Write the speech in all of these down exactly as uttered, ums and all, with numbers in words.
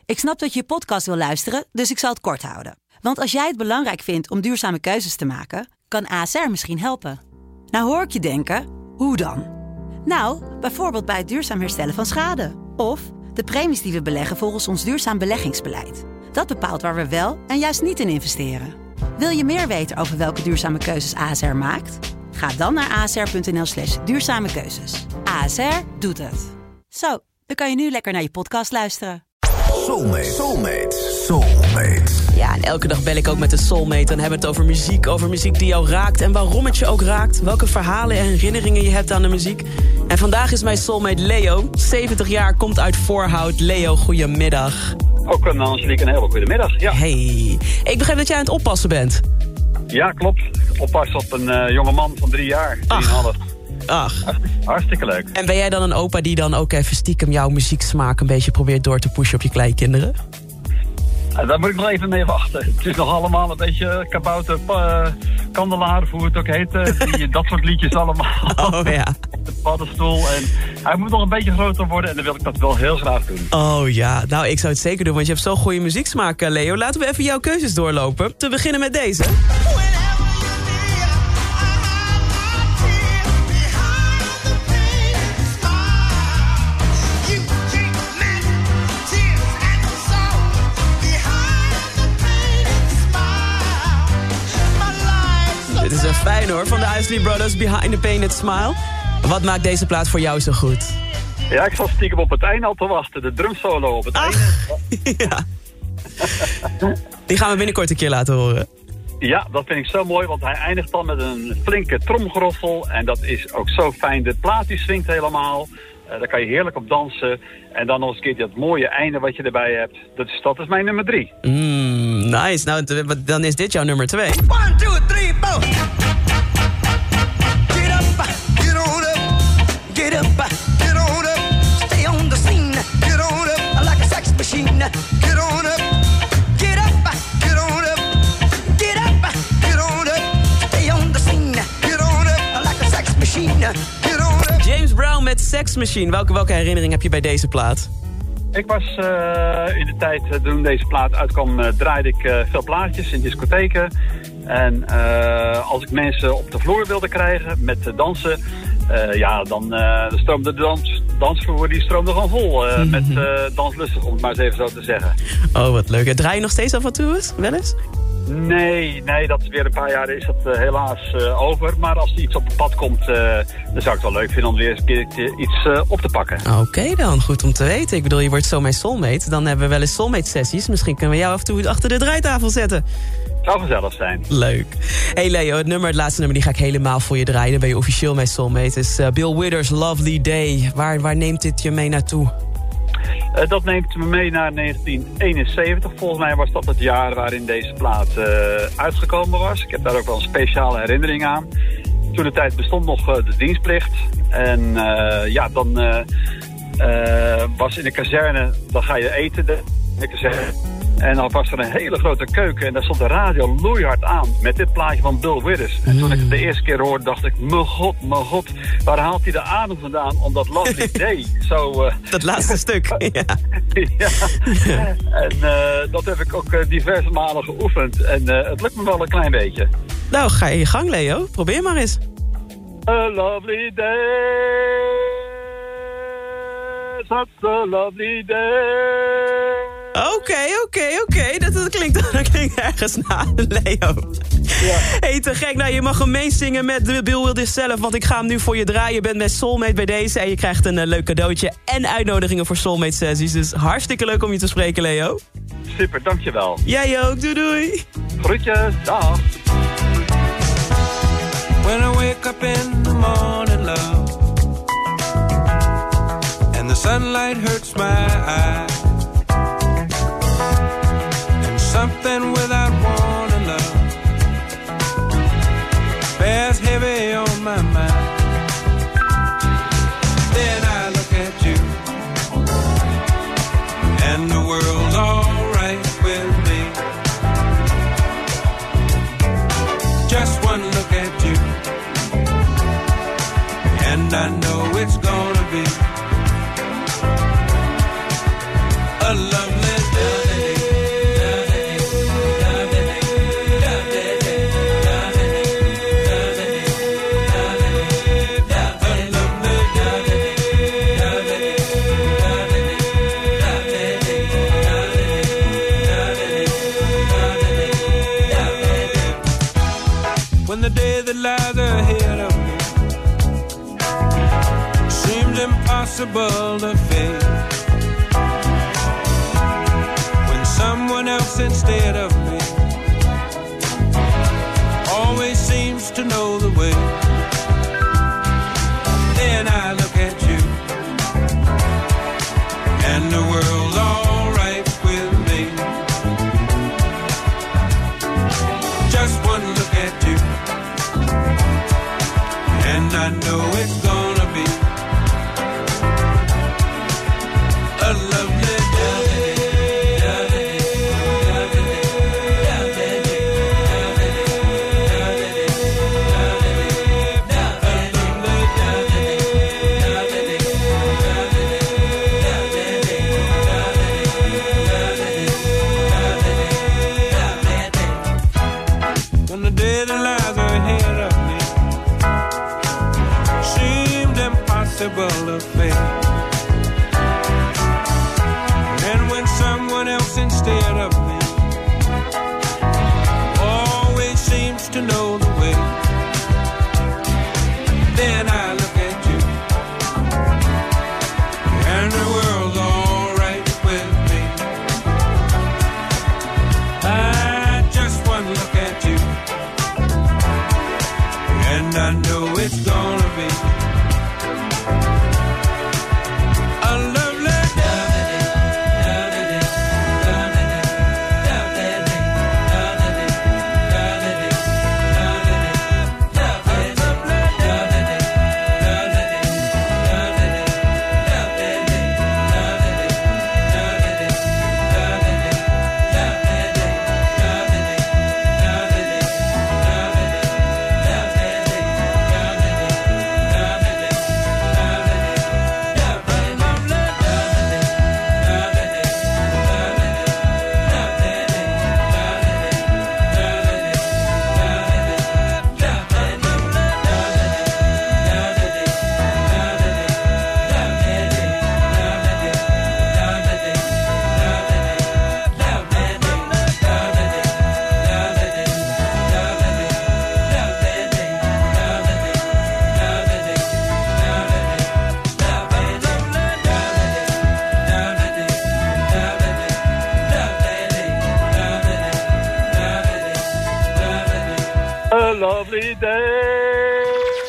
Ik snap dat je je podcast wil luisteren, dus ik zal het kort houden. Want als jij het belangrijk vindt om duurzame keuzes te maken, kan A S R misschien helpen. Nou hoor ik je denken, hoe dan? Nou, bijvoorbeeld bij het duurzaam herstellen van schade. Of de premies die we beleggen volgens ons duurzaam beleggingsbeleid. Dat bepaalt waar we wel en juist niet in investeren. Wil je meer weten over welke duurzame keuzes A S R maakt? Ga dan naar asr.nl slash duurzame keuzes. A S R doet het. Zo, dan kan je nu lekker naar je podcast luisteren. Soulmate, Soulmate, Soulmate. Ja, en elke dag bel ik ook met een soulmate. Dan hebben we het over muziek, over muziek die jou raakt. En waarom het je ook raakt. Welke verhalen en herinneringen je hebt aan de muziek. En vandaag is mijn soulmate Leo. zeventig jaar, komt uit Voorhout. Leo, goedemiddag. Ook een Angelique, een hele goede middag. Ja. Hey, ik begrijp dat jij aan het oppassen bent. Ja, klopt. Oppassen op een uh, jonge man van drie jaar. drieënhalf. Ach. Hartstikke leuk. En ben jij dan een opa die dan ook even stiekem jouw muzieksmaak een beetje probeert door te pushen op je kleinkinderen? Uh, daar moet ik nog even mee wachten. Het is nog allemaal een beetje kabouter, uh, kandelaar, of hoe het ook heet. Uh, die, dat soort liedjes allemaal. Oh ja. De paddenstoel. En hij moet nog een beetje groter worden en dan wil ik dat wel heel graag doen. Oh ja, nou ik zou het zeker doen, want je hebt zo'n goede muzieksmaak, Leo. Laten we even jouw keuzes doorlopen. Te beginnen met deze. Dit is een fijn hoor, van de Isley Brothers, Behind the Painted Smile. Wat maakt deze plaat voor jou zo goed? Ja, ik zat stiekem op het einde al te wachten. De drumsolo op het Ach, einde. Ja. Die gaan we binnenkort een keer laten horen. Ja, dat vind ik zo mooi, want hij eindigt dan met een flinke tromgeroffel. En dat is ook zo fijn. De plaat die swingt helemaal. Uh, daar kan je heerlijk op dansen. En dan nog eens een keer dat mooie einde wat je erbij hebt. Dat is, dat is mijn nummer drie. Mm, nice. Nou, dan is dit jouw nummer twee. One, two, three, four. Get up, get on up, get up, get on up. Stay on the scene, get on up, like a sex machine. Get on up, get up, get on up, get up, get on up. Stay on the scene, get on up, like a sex machine. Get on up. James Brown met Sex Machine. Welke, welke herinnering heb je bij deze plaat? Ik was uh, in de tijd uh, toen deze plaat uitkwam, uh, draaide ik uh, veel plaatjes in discotheken. En uh, als ik mensen op de vloer wilde krijgen met uh, dansen, uh, ja, dan uh, stroomde de dans, dansvloer die stroomde gewoon vol uh, mm-hmm. met uh, danslustig, om het maar eens even zo te zeggen. Oh, wat leuk. Draai je nog steeds af en toe eens? Wel eens? Nee, nee, dat is weer een paar jaar is dat uh, helaas uh, over. Maar als er iets op het pad komt, uh, dan zou ik het wel leuk vinden om weer eens een keer iets uh, op te pakken. Oké okay dan, goed om te weten. Ik bedoel, je wordt zo mijn soulmate. Dan hebben we wel eens soulmate sessies. Misschien kunnen we jou af en toe achter de draaitafel zetten. Zou gezellig zijn. Leuk. Hey Leo, het nummer, het laatste nummer, die ga ik helemaal voor je draaien. Dan ben je officieel mijn soulmate. Het is uh, Bill Withers, Lovely Day. Waar, waar neemt dit je mee naartoe? Uh, dat neemt me mee naar negentien eenenzeventig. Volgens mij was dat het jaar waarin deze plaat uh, uitgekomen was. Ik heb daar ook wel een speciale herinnering aan. Toen de tijd bestond nog uh, de dienstplicht. En uh, ja, dan uh, uh, was in de kazerne, dan ga je eten de, in de kazerne. En dan was er een hele grote keuken en daar stond de radio loeihard aan met dit plaatje van Bill Withers. En toen ik het de eerste keer hoorde, dacht ik, mijn god, mijn god, waar haalt hij de adem vandaan om dat Lovely Day zo... Uh... Dat laatste stuk, ja. ja. ja. En uh, dat heb ik ook uh, diverse malen geoefend en uh, het lukt me wel een klein beetje. Nou, ga je je gang, Leo. Probeer maar eens. A lovely day, such a lovely day. Oké, oké, oké. Dat, dat, klinkt, dat klinkt ergens na, Leo. Ja. Hey, te gek. Nou, je mag hem meezingen met Bill Withers zelf, want ik ga hem nu voor je draaien. Je bent met Soulmate bij deze en je krijgt een uh, leuk cadeautje en uitnodigingen voor Soulmate sessies. Dus hartstikke leuk om je te spreken, Leo. Super, dankjewel. Jij ook. Doei, doei. Groetjes. Dag. When I wake up in the morning, love, and the sunlight hurts my eyes, and something without warning, love, bears heavy on my mind. Then I look at you, and the world's alright with me. Just one look at you, and I know it's gonna be impossible to fake. When someone else instead of me always seems to know the way, then I look at you and the world's all right with me. Just one look at you and I know it's gonna be a lovely day. When the day that lies ahead of me seemed impossible to face, and when someone else instead of me always seems to know the way, then I look at you and the world's all right with me. I just one look at you and I know it's gonna be a lovely day. A lovely day.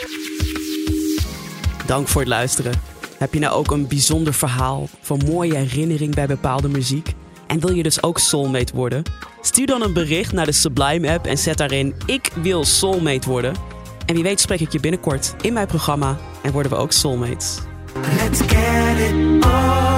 Dank voor het luisteren. Heb je nou ook een bijzonder verhaal van mooie herinnering bij bepaalde muziek? En wil je dus ook soulmate worden? Stuur dan een bericht naar de Sublime app en zet daarin ik wil soulmate worden. En wie weet spreek ik je binnenkort in mijn programma en worden we ook soulmates. Let's get it on.